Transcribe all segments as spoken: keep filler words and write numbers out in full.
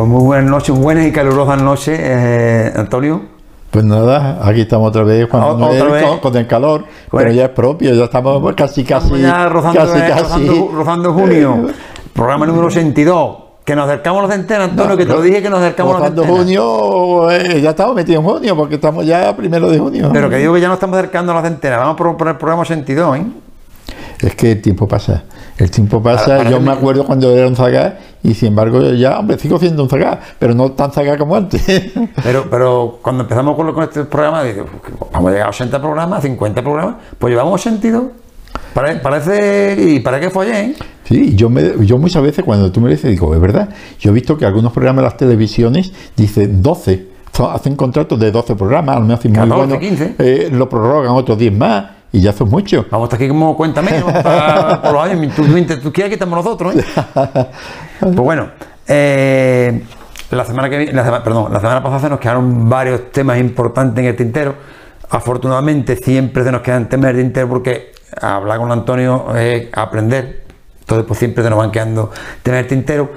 Pues muy buenas noches, buenas y calurosas noches, eh, Antonio. Pues nada, aquí estamos otra vez, Juan Manuel, ¿Otra vez? Con, con el calor, Bueno, pero ya es propio, ya estamos pues, casi, casi, estamos ya rozando, casi, eh, casi. rozando, rozando junio, programa número ochenta y dos, que nos acercamos a la centena, Antonio, No, que te lo dije que nos acercamos a la Rozando centena. junio, eh, ya estamos metidos en junio, porque estamos ya primero de junio. Pero que digo que ya nos estamos acercando a la centena, vamos por, por el programa ochenta y dos, ¿eh? Es que el tiempo pasa, el tiempo pasa, Para- yo me parece- acuerdo cuando era un zagá, y sin embargo ya, hombre, sigo siendo un zagá, pero no tan zagá como antes. Pero, pero cuando empezamos con, con este programa, dije, vamos a llegar a ochenta programas, cincuenta programas, pues llevamos ochenta y dos. Pare- Parece, y para qué fue ayer, ¿eh? Sí, yo, me, yo muchas veces cuando tú me dices, digo, es verdad, yo he visto que algunos programas de las televisiones dicen doce, son- hacen contratos de doce programas, a lo mejor hacen muy catorce, bueno, quince. eh, lo prorrogan otros diez más, y ya son muchos. Vamos a estar aquí como cuenta menos para- por los años. Tú, tú, tú quieres que estamos nosotros, ¿eh? Pues bueno, eh, la semana que vi- la sema- perdón, la semana pasada se nos quedaron varios temas importantes en el tintero. Afortunadamente siempre se nos quedan temas en el tintero porque hablar con Antonio es aprender. Entonces pues siempre se nos van quedando temas en el tintero.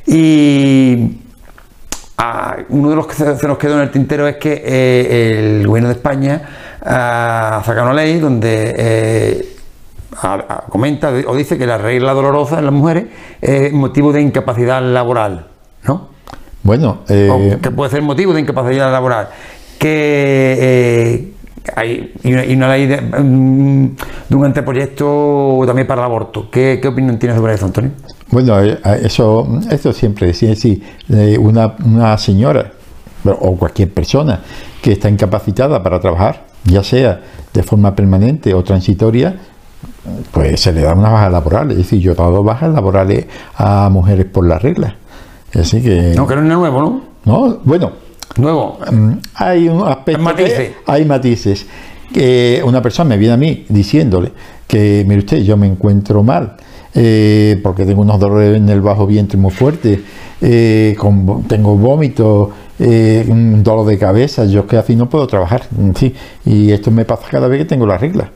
Y ah, uno de los que se, se nos quedó en el tintero es que eh, el gobierno de España ah, ha sacado una ley donde eh, a- a- comenta o dice que la regla dolorosa en las mujeres es motivo de incapacidad laboral, ¿no? Bueno, eh, O que puede ser motivo de incapacidad laboral. Que eh, hay y una, y una ley de, mm, de un anteproyecto también para el aborto. ¿Qué, qué opinión tienes sobre eso, Antonio? bueno, eh, eso, eso siempre, sí, sí, eh, una, una señora o cualquier persona que está incapacitada para trabajar, ya sea de forma permanente o transitoria, pues se le da una baja laboral. Es decir, yo he dado bajas laborales a mujeres por la regla. Así que, No, que no es nuevo, ¿no? ¿no? Bueno, Nuevo. mm, hay un aspecto, Hay matices. que- hay matices. Que una persona me viene a mí diciéndole que, mire usted, yo me encuentro mal, eh, porque tengo unos dolores en el bajo vientre muy fuertes, eh, con vo- tengo vómitos, eh, un dolor de cabeza, yo es que así no puedo trabajar, en fin, y esto me pasa cada vez que tengo la regla.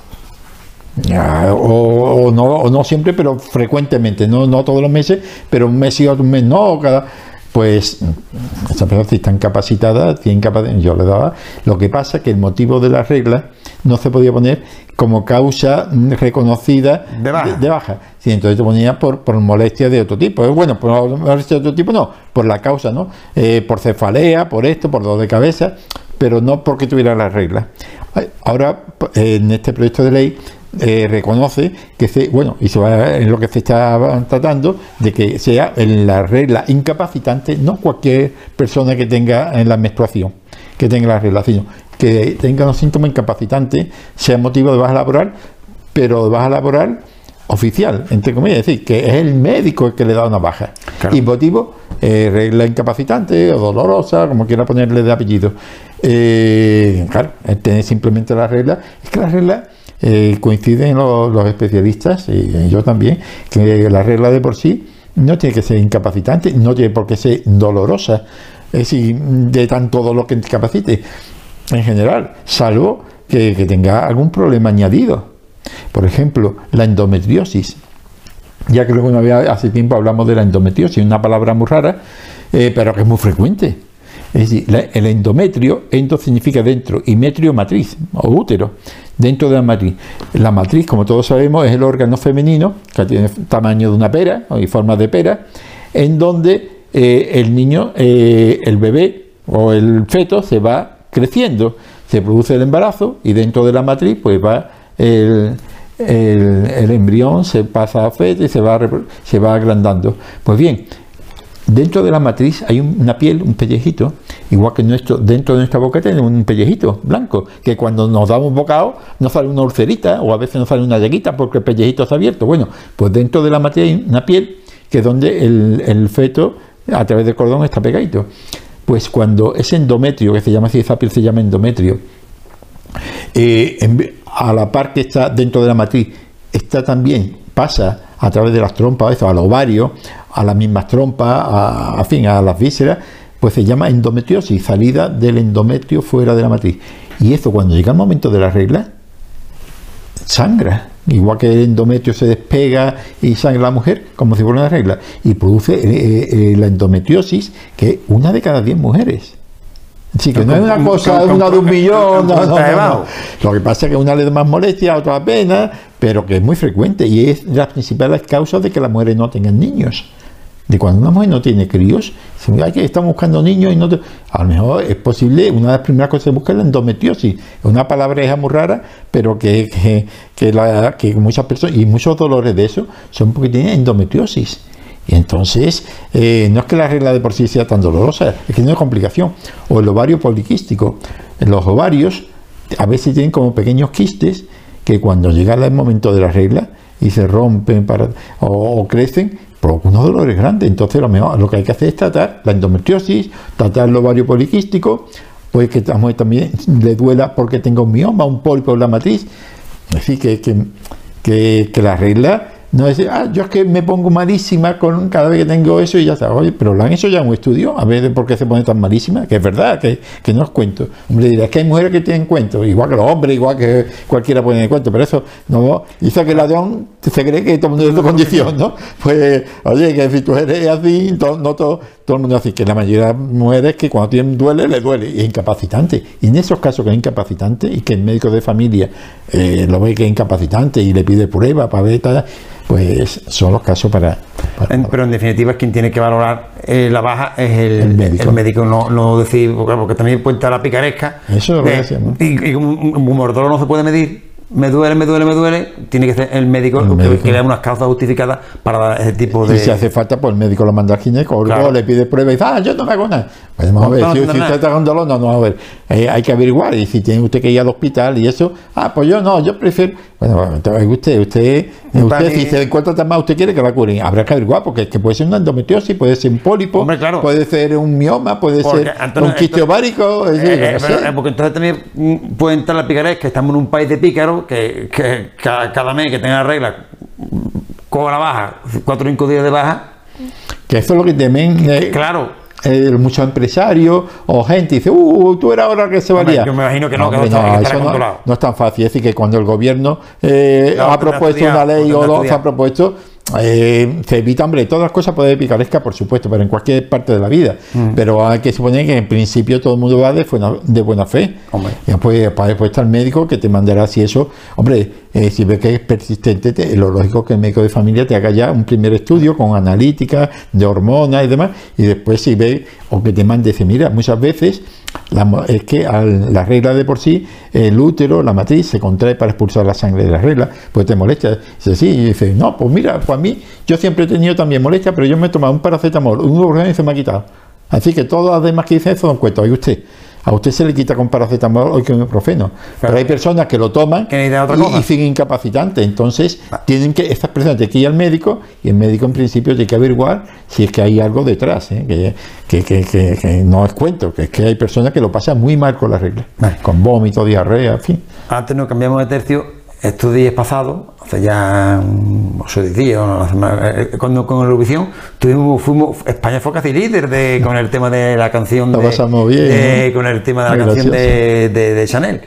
Ya, o, o no, o no siempre, pero frecuentemente, no, no todos los meses, pero un mes y otro mes no, cada, pues esa persona si está incapacitada, tiene incapacidad, yo le daba. Lo que pasa es que el motivo de la regla no se podía poner como causa mm, reconocida De baja. de, de baja. Sí, entonces te ponía por, por molestia de otro tipo. Eh, Bueno, por molestia de otro tipo no, por la causa, ¿no? Eh, por cefalea, por esto, por dolor de cabeza, pero no porque tuviera la regla. Ay, Ahora, eh, en este proyecto de ley, eh, reconoce que se, bueno, y se va en lo que se está tratando de que sea en la regla incapacitante, no cualquier persona que tenga en la menstruación, que tenga la regla, sino que tenga unos síntomas incapacitantes, sea motivo de baja laboral, pero de baja laboral oficial, entre comillas, es decir, que es el médico el que le da una baja. Claro. Y motivo, eh, regla incapacitante o dolorosa, como quiera ponerle de apellido. Eh, claro, el tener simplemente la regla, es que la regla eh, coinciden los, los especialistas, y yo también, que la regla de por sí no tiene que ser incapacitante, no tiene por qué ser dolorosa, es decir, de tanto dolor que incapacite, en general, salvo que, que tenga algún problema añadido. Por ejemplo, la endometriosis. Ya que luego una vez hace tiempo hablamos de la endometriosis, una palabra muy rara, eh, pero que es muy frecuente. Es decir, la- el endometrio, endo significa dentro, y metrio matriz, o útero, dentro de la matriz. La matriz, como todos sabemos, es el órgano femenino, que tiene tamaño de una pera, y forma de pera, en donde eh, el niño, eh, el bebé o el feto se va creciendo, se produce el embarazo, y dentro de la matriz pues va el, el, el embrión, se pasa a feto y se va, repro- se va agrandando. Pues bien, dentro de la matriz hay un- una piel, un pellejito, igual que nuestro, dentro de nuestra boca tenemos un pellejito blanco, que cuando nos damos un bocado nos sale una ulcerita o a veces nos sale una llaguita porque el pellejito está abierto. Bueno, pues dentro de la matriz hay una piel que es donde el, el feto a través del cordón está pegadito. Pues cuando ese endometrio, que se llama así, esa piel se llama endometrio, eh, en ve- a la par que está dentro de la matriz, está también, pasa a través de las trompas, eso, al ovario, a las mismas trompas, a, a fin, a las vísceras, pues se llama endometriosis, salida del endometrio fuera de la matriz. Y eso cuando llega el momento de la regla, sangra, igual que el endometrio se despega y sangra la mujer, como si fuera una regla, y produce eh, eh, la endometriosis, que es una de cada diez mujeres. Así que no es una cosa, una de un millón, no, no, no, no. Lo que pasa es que a una le da más molestia, a otra apenas, pero que es muy frecuente y es las principales causas de que las mujeres no tengan niños. De cuando una mujer no tiene críos, se me da que estamos buscando niños y no te... A lo mejor es posible, una de las primeras cosas que se busca es la endometriosis. Es una palabreja muy rara, pero que, que, que, la, que muchas personas, y muchos dolores de eso, son porque tienen endometriosis. Y entonces, eh, no es que la regla de por sí sea tan dolorosa, es que no es complicación. O el ovario poliquístico. En los ovarios a veces tienen como pequeños quistes que cuando llega el momento de la regla y se rompen para, o, o crecen, provoca unos dolores grandes. Entonces lo mejor, lo que hay que hacer es tratar la endometriosis, tratar el ovario poliquístico, pues que también le duela porque tenga un mioma, un pólipo en la matriz. Es decir, que, que, que, que la regla no es decir, ah, yo es que me pongo malísima con cada vez que tengo eso y ya está. Oye, pero lo han hecho ya un estudio, a ver por qué se pone tan malísima, que es verdad, que, que no os cuento. Hombre, dirá, es que hay mujeres que tienen cuento, igual que los hombres, igual que cualquiera puede tener cuento, pero eso no dice que el ladrón se cree que todo el mundo es de condición, ¿no? Pues, oye, que si tú eres así, todo, no todo, todo el mundo así, que la mayoría de mujeres que cuando tienen duele, le duele, y es incapacitante. Y en esos casos que es incapacitante y que el médico de familia eh, lo ve que es incapacitante y le pide prueba para ver tal, pues son los casos para, para... En, pero en definitiva es quien tiene que valorar eh, la baja es el, el médico, el médico no, no decir, porque, porque también puede estar la picaresca. Eso es lo que de, decíamos. Y, y un, un mordor no se puede medir. Me duele, me duele, me duele. Tiene que ser el médico, el que, médico. que le dé unas causas justificadas para dar ese tipo de... Y si hace falta, pues el médico lo manda al ginecólogo, claro. Le pide prueba y dice, ah, yo no me hago nada. Pues vamos no, a ver, no, si, no, si usted está con dolor, no, no, a ver, eh, hay que averiguar. Y si tiene usted que ir al hospital y eso, ah, pues yo no, yo prefiero... Bueno, entonces usted, usted, usted si se encuentra tan mal, usted quiere que la curen. Habrá que averiguar, porque es que puede ser una endometriosis, puede ser un pólipo, hombre, claro. Puede ser un mioma, puede porque, ser Antonio, un quiste ovárico. Es decir, eh, no pero, sé. Porque entonces también puede entrar la picaresca, que estamos en un país de pícaros, que, que cada, cada mes que tenga la regla cobra baja, cuatro o cinco días de baja. Que esto es lo que temen. Eh, claro. Eh, muchos empresarios o gente dice, uh, tú eras ahora que se valía. Yo me imagino que no, no, que no, no, no, que eso no, no es tan fácil. Es decir, que cuando el gobierno eh, no, ha propuesto una ley o lo ha propuesto, eh, se evita, hombre, todas las cosas puede picaresca, por supuesto, pero en cualquier parte de la vida. Mm. Pero hay que suponer que en principio todo el mundo va de buena, de buena fe. Hombre. Y después, después está el médico que te mandará si eso, hombre, eh, si ves que es persistente, te, lo lógico que el médico de familia te haga ya un primer estudio con analítica de hormonas y demás, y después si ve o que te mande, dice, mira, muchas veces la, es que al, la regla de por sí, el útero, la matriz, se contrae para expulsar la sangre de la regla, pues te molesta. Dice, sí, y dice, no, pues mira, pues a mí, yo siempre he tenido también molestia, pero yo me he tomado un paracetamol, un ibuprofeno y se me ha quitado. Así que todos los demás que dicen eso dan cuenta. Oye usted, a usted se le quita con paracetamol o con ibuprofeno, claro. Pero hay personas que lo toman que otra cosa. y, y siguen incapacitantes. Entonces, ah. tienen que estas personas tienen que ir al médico y el médico en principio tiene que averiguar si es que hay algo detrás, ¿eh? que, que, que, que, que no es cuento, que es que hay personas que lo pasan muy mal con la regla, vale. Con vómito, diarrea, en fin. Antes nos cambiamos de tercio. Estos días pasados, hace ya ocho días, cuando con Eurovisión, tuvimos, fuimos, España fue casi líder de, con el tema de la canción de, pasamos bien, de, con el tema de la Muy canción de, de, de Chanel.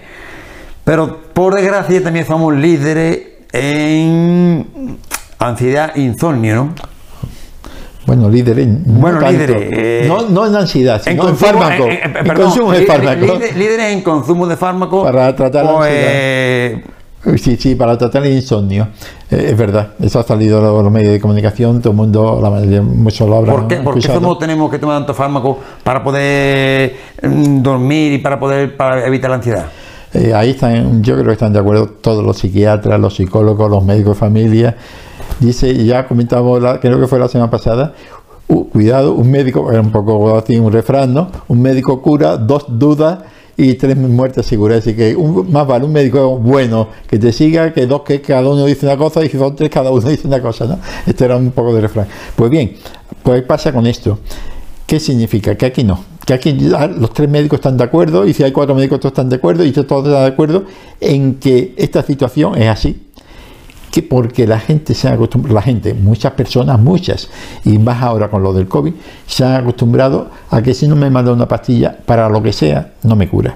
Pero por desgracia también somos líderes en ansiedad e insomnio, ¿no? Bueno, líderes. Bueno, no líderes. Eh, no, no en ansiedad, sino en, consumo, fármaco. En, en, en perdón, consumo de fármacos. Líderes, líderes en consumo de fármacos. Para tratar la pues, ansiedad. Sí, sí, para tratar el insomnio. Eh, es verdad, eso ha salido en los, los medios de comunicación, todo el mundo, la mayoría, muchos lo habrán ¿Por qué, ¿por qué somos, tenemos que tomar tantos fármacos para poder mm, dormir y para poder para evitar la ansiedad? Eh, ahí están, yo creo que están de acuerdo todos los psiquiatras, los psicólogos, los médicos de familia. Dice, ya comentamos, la, creo que fue la semana pasada, uh, cuidado, un médico, era un poco así un refrán, ¿no? Un médico cura, dos dudas y tres muertes seguras. Así que un, más vale un médico bueno que te siga que dos que cada uno dice una cosa y si son tres cada uno dice una cosa, ¿no? Este era un poco de refrán. Pues bien, pues pasa con esto. ¿Qué significa? Que aquí no. Que aquí los tres médicos están de acuerdo y si hay cuatro médicos todos están de acuerdo y todos están de acuerdo en que esta situación es así. Que porque la gente se ha acostumbrado, la gente, muchas personas, muchas, y más ahora con lo del COVID, se han acostumbrado a que si no me manda una pastilla para lo que sea, no me cura.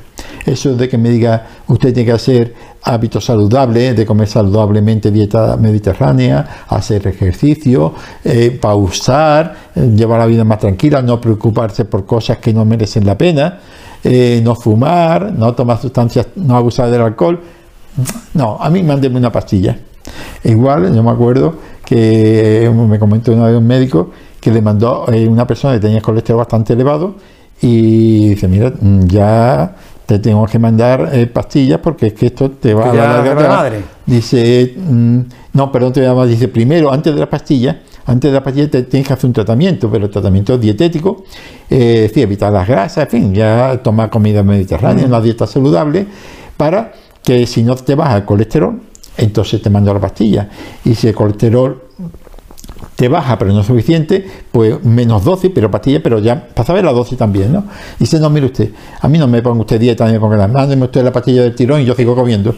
eso de que me diga usted tiene que hacer hábitos saludables, de comer saludablemente, dieta mediterránea, hacer ejercicio, eh, pausar, eh, llevar la vida más tranquila, no preocuparse por cosas que no merecen la pena, eh, no fumar, no tomar sustancias, no abusar del alcohol. No, a mí mándenme una pastilla. Igual, yo me acuerdo que me comentó una vez un médico que le mandó a una persona que tenía colesterol bastante elevado y dice, mira, ya te tengo que mandar eh, pastillas porque es que esto te va a dar la madre. Dice, mmm, no, perdón, te voy a llamar. Dice, primero, antes de la pastilla, antes de la pastilla te tienes que hacer un tratamiento, pero el tratamiento dietético, eh, sí, evitar las grasas, en fin, ya tomar comida mediterránea, mm. una dieta saludable, para que si no te baja el colesterol, entonces te mando la pastilla. Y si el colesterol te baja pero no es suficiente, pues menos dosis, pero pastilla, pero ya para saber la dosis también, ¿no? Y dice, no, mire usted, a mí no me ponga usted dieta, ni me ponga nada, mándeme usted la pastilla del tirón y yo sigo comiendo.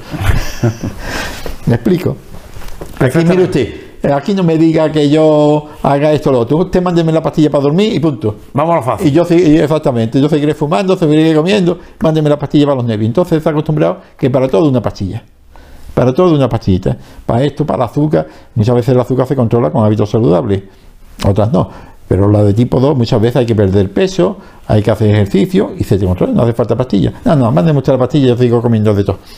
¿Me explico? Aquí, mire usted, aquí no me diga que yo haga esto o lo otro, usted mándeme la pastilla para dormir y punto. Vamos a lo fácil. Y yo seguiré, exactamente, yo seguiré fumando, seguiré comiendo, mándeme la pastilla para los nervios. Entonces está acostumbrado que para todo una pastilla. Para todo una pastillita. Para esto, para el azúcar, muchas veces el azúcar se controla con hábitos saludables, otras no. Pero la de tipo dos, muchas veces hay que perder peso, hay que hacer ejercicio y se te controla, no hace falta pastilla. No, no, mándeme usted la pastilla, yo sigo comiendo de todo.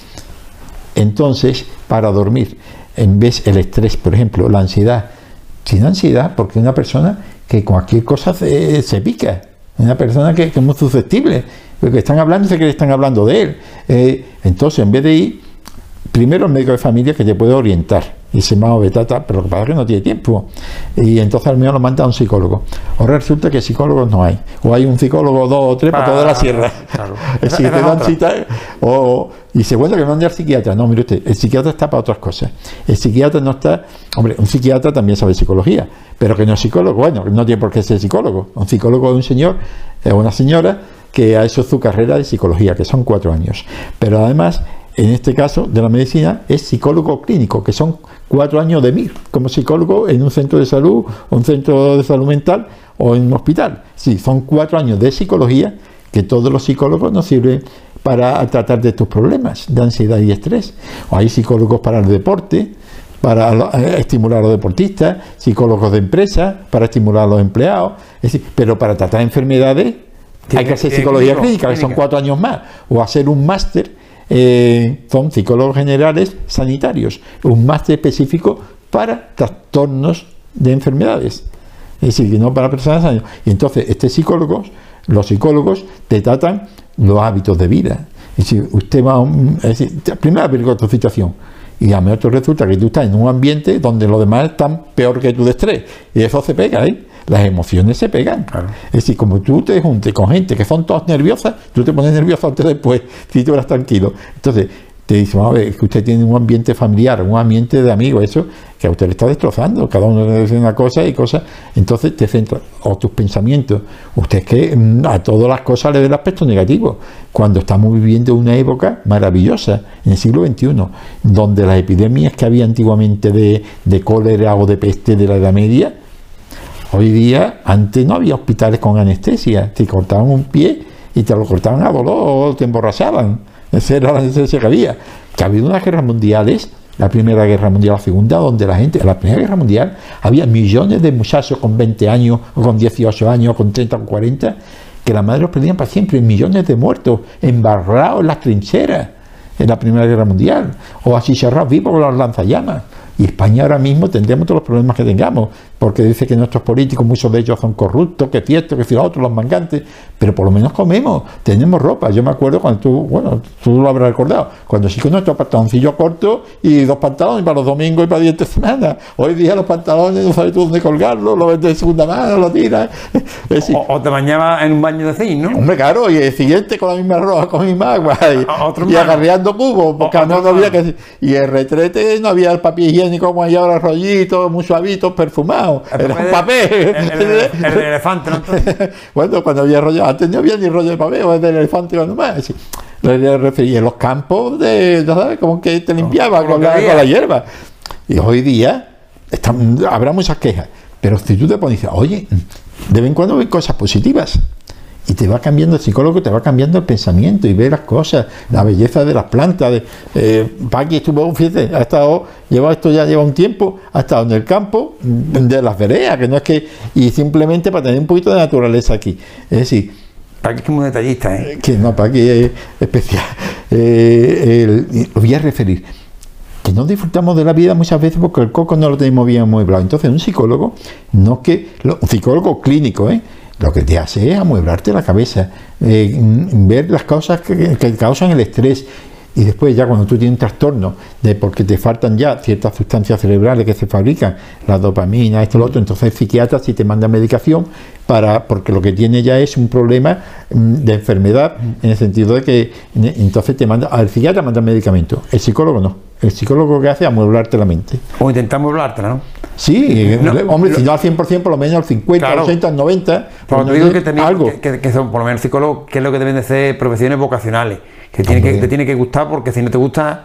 Entonces, para dormir, en vez el estrés, por ejemplo, la ansiedad, sin ansiedad, porque una persona que con cualquier cosa se, se pica, una persona que, que es muy susceptible, porque están hablando y se cree que están hablando de él. Eh, entonces, en vez de ir primero el médico de familia que te puede orientar y se llama Betata, pero lo que pasa es que no tiene tiempo y entonces al menos lo manda a un psicólogo. Ahora resulta que psicólogos no hay, o hay un psicólogo dos o tres para, para toda la sierra. Claro. Es decir, te dan cita, o y se cuenta que mande al psiquiatra. No, mire usted, el psiquiatra está para otras cosas. El psiquiatra no está, hombre, un psiquiatra también sabe psicología, pero que no es psicólogo, bueno, no tiene por qué ser psicólogo. Un psicólogo es un señor, es una señora que ha hecho su carrera de psicología, que son cuatro años, pero además en este caso de la medicina es psicólogo clínico, que son cuatro años de M I R, como psicólogo en un centro de salud, o un centro de salud mental, o en un hospital. Sí, son cuatro años de psicología que todos los psicólogos nos sirven para tratar de tus problemas de ansiedad y estrés. O hay psicólogos para el deporte, para estimular a los deportistas, psicólogos de empresas, para estimular a los empleados, es decir, pero para tratar enfermedades hay que hacer psicología clínica, que son cuatro años más, o hacer un máster. Eh, son psicólogos generales sanitarios, un máster específico para trastornos de enfermedades, es decir, que no para personas sanas. Y entonces este psicólogos, los psicólogos te tratan los hábitos de vida. Es decir, usted va a un, es decir, primero averigua tu situación y a mejor resulta que tú estás en un ambiente donde los demás están peor que tú de estrés y eso se pega, ¿eh? Las emociones se pegan. Claro. Es decir, como tú te juntes con gente que son todas nerviosas, tú te pones nervioso antes después, si tú eras tranquilo. Entonces, te dicen, a ver, que usted tiene un ambiente familiar, un ambiente de amigos, eso, que a usted le está destrozando, cada uno le dice una cosa y cosas, entonces te centra, o tus pensamientos. Usted es que a todas las cosas le da el aspecto negativo, cuando estamos viviendo una época maravillosa, en el siglo veintiuno, donde las epidemias que había antiguamente de, de cólera o de peste de la Edad Media, hoy día, antes no había hospitales con anestesia, te cortaban un pie y te lo cortaban a dolor o te emborrachaban. Esa era la anestesia que había. Que ha habido unas guerras mundiales, la Primera Guerra Mundial, la Segunda, donde la gente, en la Primera Guerra Mundial había millones de muchachos con veinte años, o con dieciocho años, o con treinta, o con cuarenta, que la madre los perdían para siempre, millones de muertos, embarrados en las trincheras en la Primera Guerra Mundial, o achicharrados vivos con los lanzallamas. Y España ahora mismo tendremos todos los problemas que tengamos, porque dice que nuestros políticos, muchos de ellos son corruptos, que cierto, que si los otros, los mangantes, pero por lo menos comemos, tenemos ropa. Yo me acuerdo cuando tú, bueno, tú lo habrás recordado, cuando sí con nuestro pantaloncillo corto y dos pantalones para los domingos y para diez de semana. Hoy día los pantalones no sabes tú dónde colgarlos, los vendes de segunda mano, los tiras. Es o, o te bañabas en un baño de zinc, ¿no? Hombre, claro, y el siguiente con la misma ropa, con la misma agua, y, y agarreando cubos, porque no, no había que... Y el retrete no había el papel higiénico como hay ahora, rollitos, muy suavitos, perfumados. Era un papel. El, el, el, el elefante, ¿no? Bueno, cuando había rollo, antes no había ni rollo de papel, o el del elefante cuando más. Sí. Le refería en los campos de, ¿no sabes? Como que te limpiaba no, con, la, con la hierba. Y hoy día están, habrá muchas quejas, pero si tú te pones, oye, de vez en cuando hay cosas positivas. y te va cambiando el psicólogo, te va cambiando el pensamiento y ve las cosas, la belleza de las plantas. De, eh, Paqui estuvo, fíjate, ha estado, lleva esto ya lleva un tiempo, ha estado en el campo de las veredas, que no es que, y simplemente para tener un poquito de naturaleza aquí. Es decir, Paqui es muy detallista, ¿eh? Que no, Paqui es especial. Eh, el, os voy a referir que no disfrutamos de la vida muchas veces porque el coco no lo tenemos bien amueblado. Entonces un psicólogo, no es que, un psicólogo clínico, ¿eh? Lo que te hace es amueblarte la cabeza, eh, ver las causas que, que causan el estrés. Y después ya cuando tú tienes un trastorno de porque te faltan ya ciertas sustancias cerebrales que se fabrican, la dopamina, esto, lo otro, entonces el psiquiatra sí te manda medicación para, porque lo que tiene ya es un problema de enfermedad, en el sentido de que entonces te manda, al psiquiatra manda medicamento, el psicólogo no. El psicólogo lo que hace es amueblarte la mente. O intentar amueblártela, ¿no? Sí, no, hombre, lo, si no al cien por ciento, por lo menos al cincuenta, claro, al ochenta, al noventa. Pero te digo que también, algo. Que, que, que son, por lo menos psicólogos, que es lo que deben de ser profesiones vocacionales, que, tiene que te tiene que gustar, porque si no te gusta...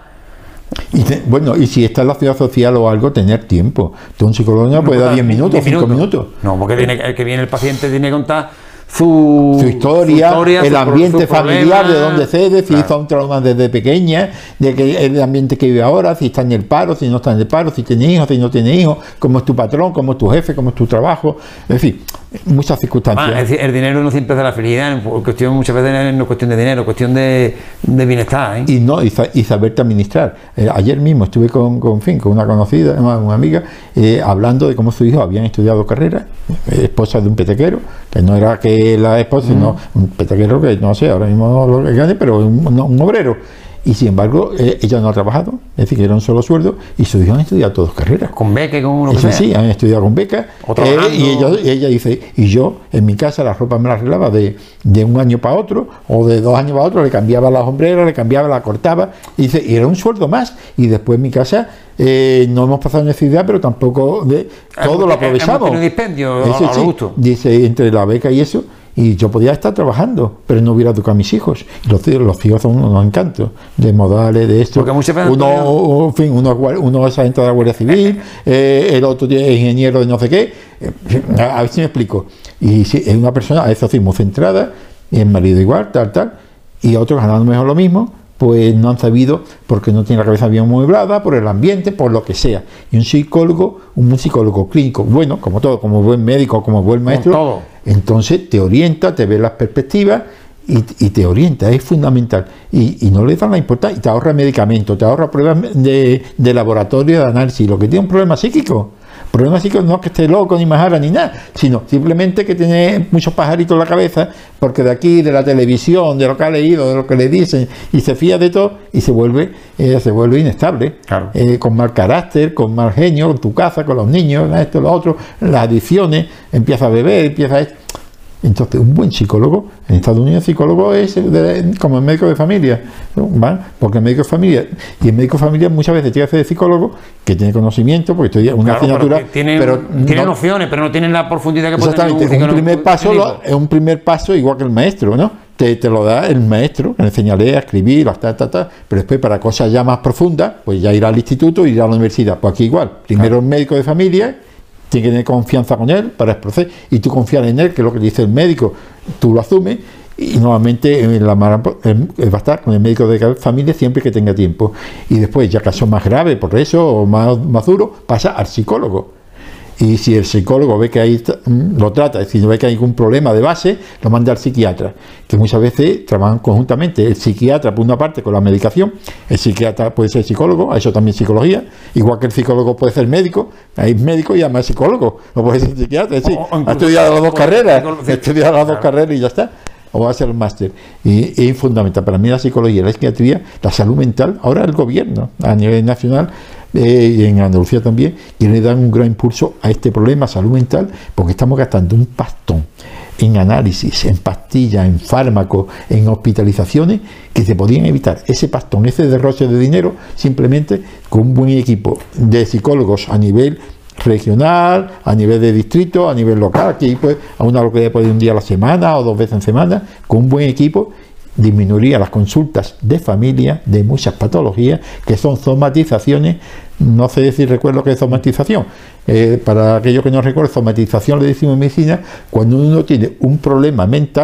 Y te, bueno, y si está en la ciudad social o algo, tener tiempo. Tú un psicólogo no, no puede dar diez minutos, cinco minutos. No, porque tiene, el que viene el paciente tiene que contar su, su, historia, su historia, el su, ambiente su familiar, de dónde cede, si claro. hizo un trauma desde pequeña, de que el ambiente que vive ahora, si está en el paro, si no está en el paro, si tiene hijos, si no tiene hijos, cómo es tu patrón, cómo es tu jefe, cómo es tu trabajo, en fin, muchas circunstancias. Ah, es decir, el dinero no siempre es de la felicidad, cuestión, muchas veces no es cuestión de dinero, es cuestión de, de bienestar, ¿eh? Y no, y, y saberte administrar. Eh, ayer mismo estuve con, con, fin, con una conocida, una, una amiga, eh, hablando de cómo sus hijos habían estudiado carrera, eh, esposa de un petequero, que no era que la esposa, sino mm. un petequero que no sé, ahora mismo lo que gane, pero un, un, un obrero. Y sin embargo, eh, ella no ha trabajado, es decir, que era un solo sueldo, y sus hijos han estudiado todos carreras. Con beca y con uno que Eso sea. Sí, han estudiado con beca. Eh, y, ella, y ella dice, y yo en mi casa la ropa me la arreglaba de, de un año para otro, o de dos años para otro, le cambiaba las hombreras, le cambiaba, la cortaba, y dice, y era un sueldo más. Y después en mi casa eh, no hemos pasado necesidad, pero tampoco de, todo lo aprovechamos. Un dispendio, eso, a, sí, a gusto. Dice, entre la beca y eso. Y yo podía estar trabajando, pero no hubiera educado a mis hijos. Y los, los hijos son unos encantos, de modales, de esto. Porque muchas veces uno, en fin, uno, uno es agente de la Guardia Civil, eh, el otro es ingeniero de no sé qué. Eh, a ver si me explico. Y si es una persona, eso sí, muy centrada, y el marido igual, tal, tal. Y otros ganando mejor lo mismo, pues no han sabido, porque no tiene la cabeza bien amueblada, por el ambiente, por lo que sea. Y un psicólogo, un psicólogo clínico, bueno, como todo, como buen médico, como buen maestro, todo. Entonces te orienta, te ve las perspectivas y, y te orienta, es fundamental. Y, y no le dan la importancia, y te ahorra medicamentos, te ahorra pruebas de, de laboratorio, de análisis. Lo que tiene un problema psíquico, problema psíquico no es que esté loco, ni majara, ni nada, sino simplemente que tiene muchos pajaritos en la cabeza, porque de aquí, de la televisión, de lo que ha leído, de lo que le dicen, y se fía de todo, y se vuelve, eh, se vuelve inestable, claro. eh, con mal carácter, con mal genio, con tu casa, con los niños, esto, lo otro, las adicciones, empieza a beber, empieza a esto. Entonces, un buen psicólogo, en Estados Unidos el psicólogo es de, como el médico de familia, ¿no? ¿Va? Porque el médico de familia, y el médico de familia muchas veces tiene que hacer de psicólogo, que tiene conocimiento, porque estudia una claro, asignatura, pero tienen, pero tienen no, opciones, pero no tienen la profundidad que puede tener un, un primer paso, lo, es un primer paso igual que el maestro, ¿no? Te, te lo da el maestro, que le enseñaré a escribir, ta, ta, ta, pero después para cosas ya más profundas, pues ya irá al instituto, irá a la universidad, pues aquí igual, primero claro. el médico de familia, tiene que tener confianza con él para el proceso, y tú confiar en él, que es lo que dice el médico, tú lo asumes, y nuevamente en la, va a estar con el médico de familia siempre que tenga tiempo. Y después, ya casos más graves, por eso, o más, más duros, pasa al psicólogo. Y si el psicólogo ve que ahí lo trata, si no ve que hay algún problema de base, lo manda al psiquiatra, que muchas veces trabajan conjuntamente. El psiquiatra, por una parte, con la medicación, el psiquiatra puede ser psicólogo, a eso también psicología, igual que el psicólogo puede ser médico, hay médico y además psicólogo, no puede ser psiquiatra, es decir, o, o ha estudiado las dos carreras, ha estudiado las dos carreras y ya está. O va a ser el máster. Y es fundamental para mí la psicología, la psiquiatría, la salud mental. Ahora el gobierno, a nivel nacional, eh, y en Andalucía también, quiere dar un gran impulso a este problema, salud mental, porque estamos gastando un pastón en análisis, en pastillas, en fármacos, en hospitalizaciones, que se podían evitar. Ese pastón, ese derroche de dinero, simplemente con un buen equipo de psicólogos a nivel regional, a nivel de distrito, a nivel local. Aquí pues a una localidad puede ir un día a la semana o dos veces en semana, con un buen equipo disminuiría las consultas de familia de muchas patologías que son somatizaciones. No sé si recuerdo qué es somatización. Eh, para aquellos que no recuerdan, somatización le decimos en medicina cuando uno tiene un problema mental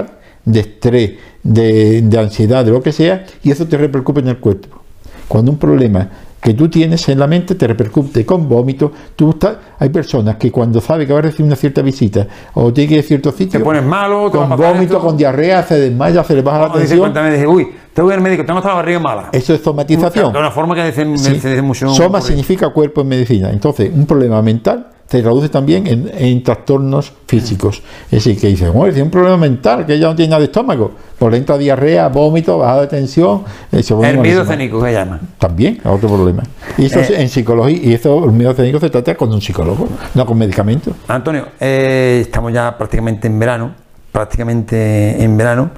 de estrés, de, de ansiedad, de lo que sea, y eso te repercute en el cuerpo. Cuando un problema que tú tienes en la mente te repercute con vómito, tú estás, hay personas que cuando sabe que va a recibir una cierta visita o tiene que ir a cierto sitio, te pones malo, te con va a pasar vómito, esto. con diarrea, se desmaya, se le baja la Cuando dice, tensión. cuéntame, dice, uy, te voy al médico, tengo hasta la barriga mala. Eso es somatización. De una forma que dicen, Sí. se dice mucho. Soma significa cuerpo en medicina. Entonces, un problema mental se traduce también en, en trastornos físicos. Es decir, que dicen, bueno, tiene un problema mental, que ella no tiene nada de estómago. Por le entra diarrea, vómito, bajada de tensión. Eh, se El miedo escénico que llaman. También, a otro problema. Y eso Eh, en psicología, y eso, el miedo escénico se trata con un psicólogo, no con medicamentos. Antonio, eh, estamos ya prácticamente en verano, prácticamente en verano,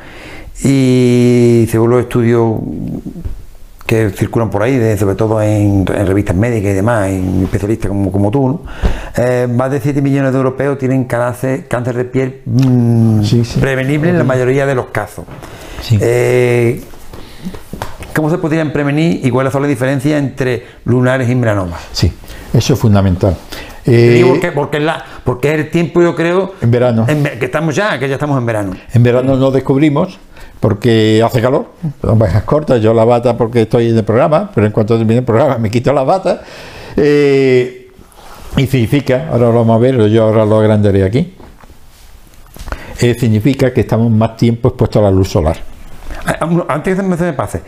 y según los estudios que circulan por ahí, de, sobre todo en, en revistas médicas y demás, en especialistas como, como tú, ¿no? eh, más de siete millones de europeos tienen cáncer, cáncer de piel mmm, Sí, sí. prevenible en la mayoría de los casos. Sí. Eh, ¿Cómo se podrían prevenir y cuáles son las diferencias entre lunares y melanomas? Sí, eso es fundamental. Te Eh, digo porque, porque, es la, porque es el tiempo, yo creo, en verano. en ve- que estamos ya, que ya estamos en verano. En verano nos descubrimos porque hace calor, son bajas cortas, yo la bata porque estoy en el programa, pero en cuanto termine el programa me quito la bata. Eh, y significa, ahora lo vamos a ver, yo ahora lo agrandaré aquí, eh, significa que estamos más tiempo expuestos a la luz solar. Antes que se me pase,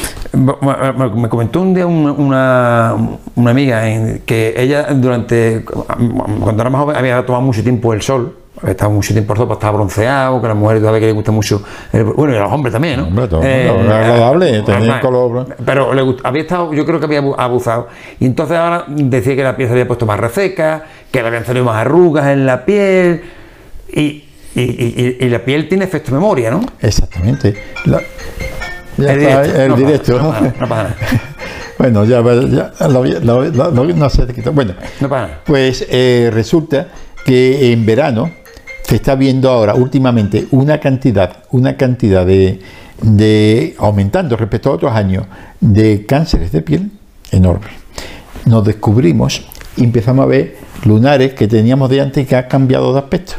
me, me comentó un día una, una, una amiga en que ella durante, cuando era más joven, había tomado mucho tiempo el sol, había estado mucho tiempo el sol, estaba bronceado, que a las mujeres todavía que les gusta mucho, el- bueno, y a los hombres también, ¿no? Hombre, todo, Eh, es agradable, tener normal. color. Pero le gust- había estado, yo creo que había abu- abusado, y entonces ahora decía que la piel se había puesto más reseca, que le habían salido más arrugas en la piel, y, y, y- y la piel tiene efecto memoria, ¿no? Exactamente. La- ya El está, directo, el no pasa- directo. no pasa- no pasa nada. Bueno, ya, ya lo, lo- lo- lo- no sé, bueno, No pasa nada. pues eh, resulta que en verano se está viendo ahora últimamente una cantidad, una cantidad de, de aumentando respecto a otros años de cánceres de piel enorme. Nos descubrimos y empezamos a ver lunares que teníamos de antes que han cambiado de aspecto.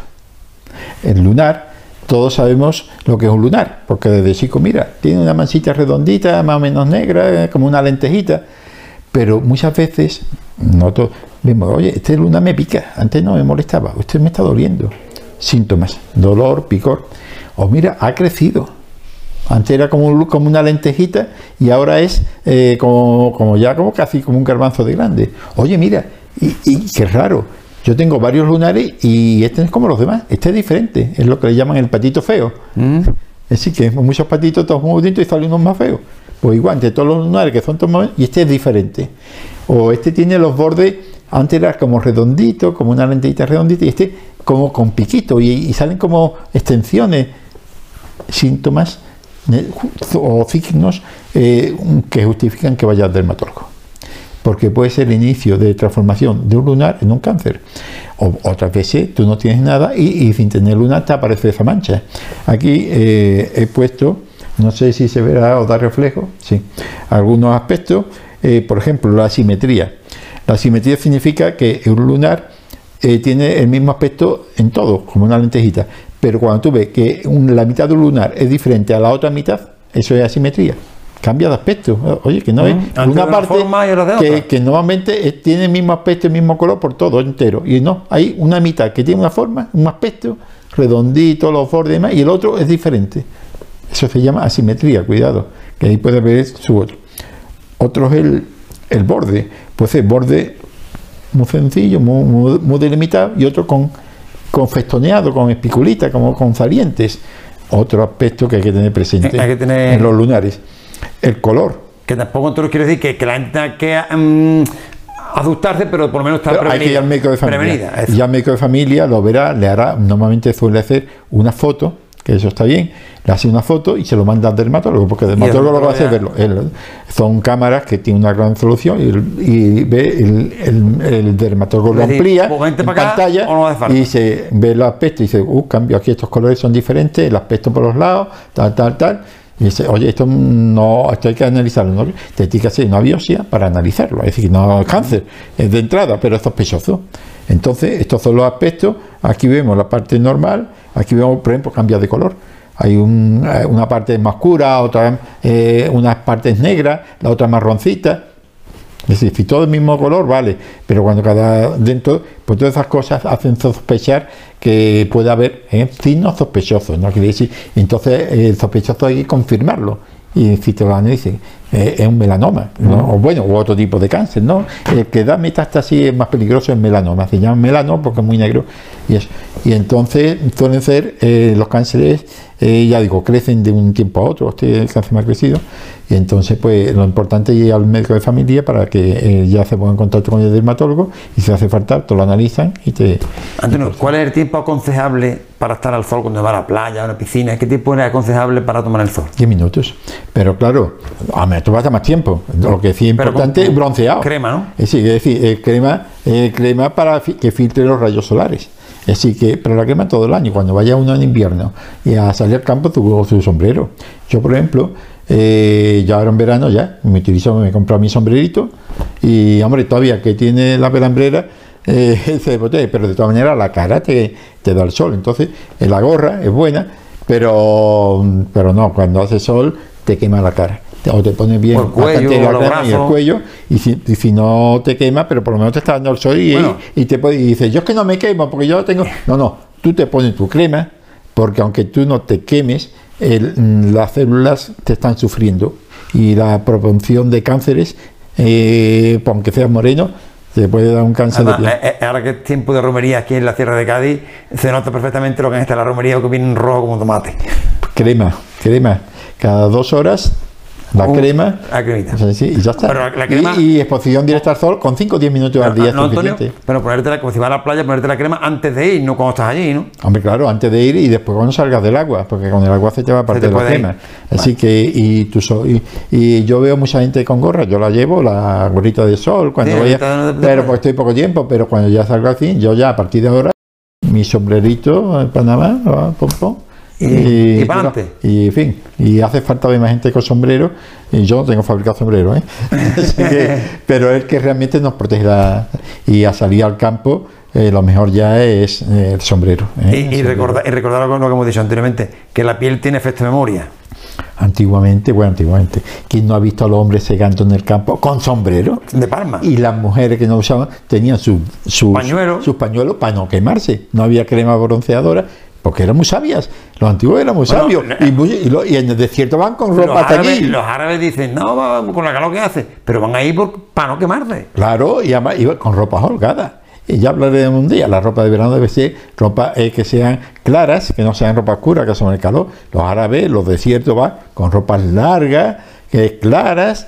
El lunar, todos sabemos lo que es un lunar, porque desde chico, mira, tiene una mancita redondita, más o menos negra, eh, como una lentejita, pero muchas veces nosotros vemos, oye, este lunar me pica, antes no me molestaba, usted me está doliendo. Síntomas, dolor, picor, o mira, ha crecido. Antes era como, un- como una lentejita y ahora es eh, como, como ya como casi como un garbanzo de grande. Oye, mira, y, y qué raro. Yo tengo varios lunares y este no es como los demás, este es diferente, es lo que le llaman el patito feo. Mm. Es decir, que muchos patitos, todos muy bonitos y salen unos más feos. Pues igual, entre todos los lunares que son todos más, y este es diferente. O este tiene los bordes, antes era como redondito, como una lentejita redondita, y este como con piquito, y, y salen como extensiones, síntomas eh, o signos eh, que justifican que vaya al dermatólogo. Porque puede ser el inicio de transformación de un lunar en un cáncer. O otras veces tú no tienes nada y, y sin tener lunar te aparece esa mancha. Aquí eh, he puesto, no sé si se verá o da reflejo, sí, algunos aspectos, eh, por ejemplo, la simetría. La simetría significa que un lunar eh, tiene el mismo aspecto en todo, como una lentejita. Pero cuando tú ves que un- la mitad de un lunar es diferente a la otra mitad, eso es asimetría. Cambia de aspecto. Oye, que no es Antes una de una parte forma y ahora de que, otra. que normalmente eh, tiene el mismo aspecto, el mismo color por todo entero. Y no, hay una mitad que tiene una forma, un aspecto redondito, los bordes y demás, y el otro es diferente. Eso se llama asimetría, cuidado, que ahí puede ver su otro. Otro es el, el borde, puede ser borde muy sencillo, muy, muy, muy delimitado, y otro con, con festoneado, con espiculita, como con salientes. Otro aspecto que hay que tener presente Hay que tener- en los lunares. El color. Que tampoco te lo quiero decir que, que la gente tenga que mm, asustarse, pero por lo menos está Pero hay prevenida. que ir al médico de familia. Prevenida, eso. Y al médico de familia lo verá, le hará, normalmente suele hacer una foto, que eso está bien, le hace una foto y se lo manda al dermatólogo, porque el dermatólogo lo que va a hacer es verlo. Él- son cámaras que tienen una gran resolución y, el- y ve el, el- el dermatólogo lo Es decir, amplía pues vente en para acá pantalla o no hace falta. y se ve los aspectos y dice, uh, cambio, aquí estos colores son diferentes, el aspecto por los lados, tal, tal, tal. Y dice, oye, esto no, esto hay que analizarlo, ¿no? Te tiene que hacer una biopsia para analizarlo, es decir, no es cáncer, es de entrada, pero es sospechoso. Entonces, estos son los aspectos, aquí vemos la parte normal, aquí vemos, por ejemplo, cambia de color. hay un, una parte más oscura, otra eh, unas partes negras, la otra marroncita. Es decir, si todo el mismo color, vale, pero cuando cada dentro, pues todas esas cosas hacen sospechar que puede haber eh, signos sospechosos, ¿no? Quiere decir, entonces el sospechoso hay que confirmarlo. Y si te lo analicen, eh, es un melanoma, ¿no? Uh-huh. O bueno, u otro tipo de cáncer, ¿no? El que da metástasis es más peligroso es melanoma, se llama melanoma porque es muy negro y eso. Y entonces suelen ser eh, los cánceres, eh, ya digo, crecen de un tiempo a otro, este cáncer me ha crecido, y entonces pues lo importante es ir al médico de familia para que eh, ya se ponga en contacto con el dermatólogo y si hace falta, te lo analizan y te... Antonio, ¿cuál es el tiempo aconsejable para estar al sol cuando va a la playa, a una piscina? ¿Qué tiempo es aconsejable para tomar el sol? diez minutos. Pero claro, a mí tú vas a más tiempo. Lo que sí es importante es bronceado. Crema, ¿no? Es decir, es decir eh, crema, eh, crema para fi que filtre los rayos solares. Es decir, que, pero la crema todo el año. Cuando vaya uno en invierno y a salir al campo, tu, tu sombrero. Yo, por ejemplo, eh, ya ahora en verano ya me utilizo, me he comprado mi sombrerito y, hombre, todavía que tiene la pelambrera, eh, se protege, pero de todas maneras la cara te, te da el sol. Entonces, eh, la gorra es buena, pero, pero no, cuando hace sol te quema la cara. O te pones bien el cuello, la crema y el cuello, y si, y si no te quema, pero por lo menos te está dando el sol y, bueno. y, y te puede, y dices, yo es que no me quemo porque yo tengo. No, no, tú te pones tu crema, porque aunque tú no te quemes, el, las células te están sufriendo y la propensión de cánceres, eh, aunque seas moreno, te puede dar un cáncer. Además, de piel. Eh, ahora que es tiempo de romería aquí en la Sierra de Cádiz, se nota perfectamente lo que está la romería, que viene rojo como tomate. Crema, crema, cada dos horas. La uh, crema, la cremita. O sea, sí, y ya está. Pero la, la crema, y, y exposición directa al sol con cinco o diez minutos al día. No, Antonio, pero ponértela, como si vas a la playa, ponerte la crema antes de ir, no cuando estás allí, ¿no? Hombre, claro, antes de ir y después cuando salgas del agua, porque con el agua se te va a partir la crema. Así vale. que, y, tú so, y, y yo veo mucha gente con gorra, yo la llevo, la gorrita de sol, cuando sí, voy a, no te, pero pues estoy poco tiempo, pero cuando ya salgo así, yo ya a partir de ahora, mi sombrerito en Panamá, pum, pum. Y, y, y para adelante. Y, en fin, y hace falta ver más gente con sombrero, y yo no tengo fabricado sombrero, ¿eh? que, pero es que realmente nos protege la, y a salir al campo, eh, lo mejor ya es eh, el sombrero. ¿eh? Y, y, recordar, y recordar lo que hemos dicho anteriormente, que la piel tiene efecto de memoria. Antiguamente, bueno, antiguamente, ¿quién no ha visto a los hombres segando en el campo con sombrero? De palma. Y las mujeres que no usaban tenían su, sus, Pañuelo. sus pañuelos para no quemarse. No había crema bronceadora. Porque eran muy sabias, los antiguos eran muy bueno, sabios y, muy, y, lo, y en el desierto van con ropa hasta aquí. Los árabes dicen, no, vamos con la calor que hace, pero van ahí por, para no quemarse. Claro, y además iban con ropa holgada. Y ya hablaré de un día, la ropa de verano debe ser ropa eh, que sean claras, que no sean ropa oscura, que son el calor. Los árabes, los desiertos van con ropas largas, que claras,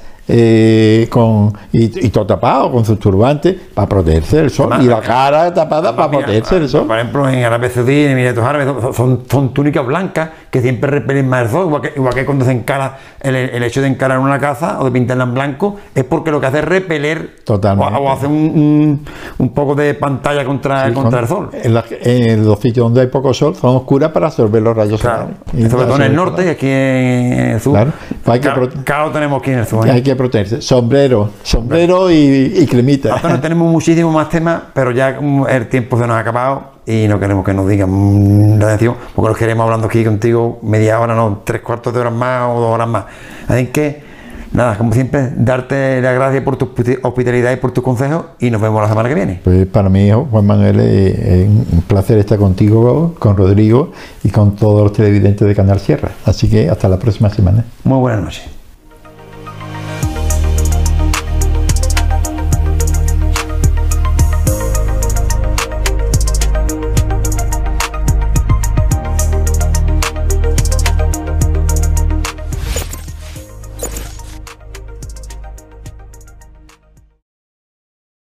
Eh, con, y, y todo tapado con sus turbantes para protegerse del sol. Además, y la cara tapada para mira, protegerse del sol. Por ejemplo, en Arabia Saudí, en Emiratos Árabes, son, son túnicas blancas que siempre repelen más el sol, igual que, igual que cuando se encara el, el hecho de encarar una casa o de pintarla en blanco, es porque lo que hace es repeler totalmente, o, o hace un, un, un poco de pantalla contra, sí, contra son, el sol. En, la, en los sitios donde hay poco sol son oscuras para absorber los rayos claro, solares. Sobre todo en el norte y aquí en el sur. Claro, hay que claro, claro tenemos aquí en el sur. ¿eh? Hay que protegerse. Sombrero, sombrero y, y cremita. Bueno, tenemos muchísimos más temas, pero ya el tiempo se nos ha acabado y no queremos que nos digan la atención, porque nos queremos hablando aquí contigo media hora, no, tres cuartos de horas más o dos horas más. Así que, nada, como siempre, darte las gracias por tu hospitalidad y por tus consejos y nos vemos la semana que viene. Pues para mí, Juan Manuel, es un placer estar contigo, con Rodrigo y con todos los televidentes de Canal Sierra. Así que hasta la próxima semana. Muy buenas noches.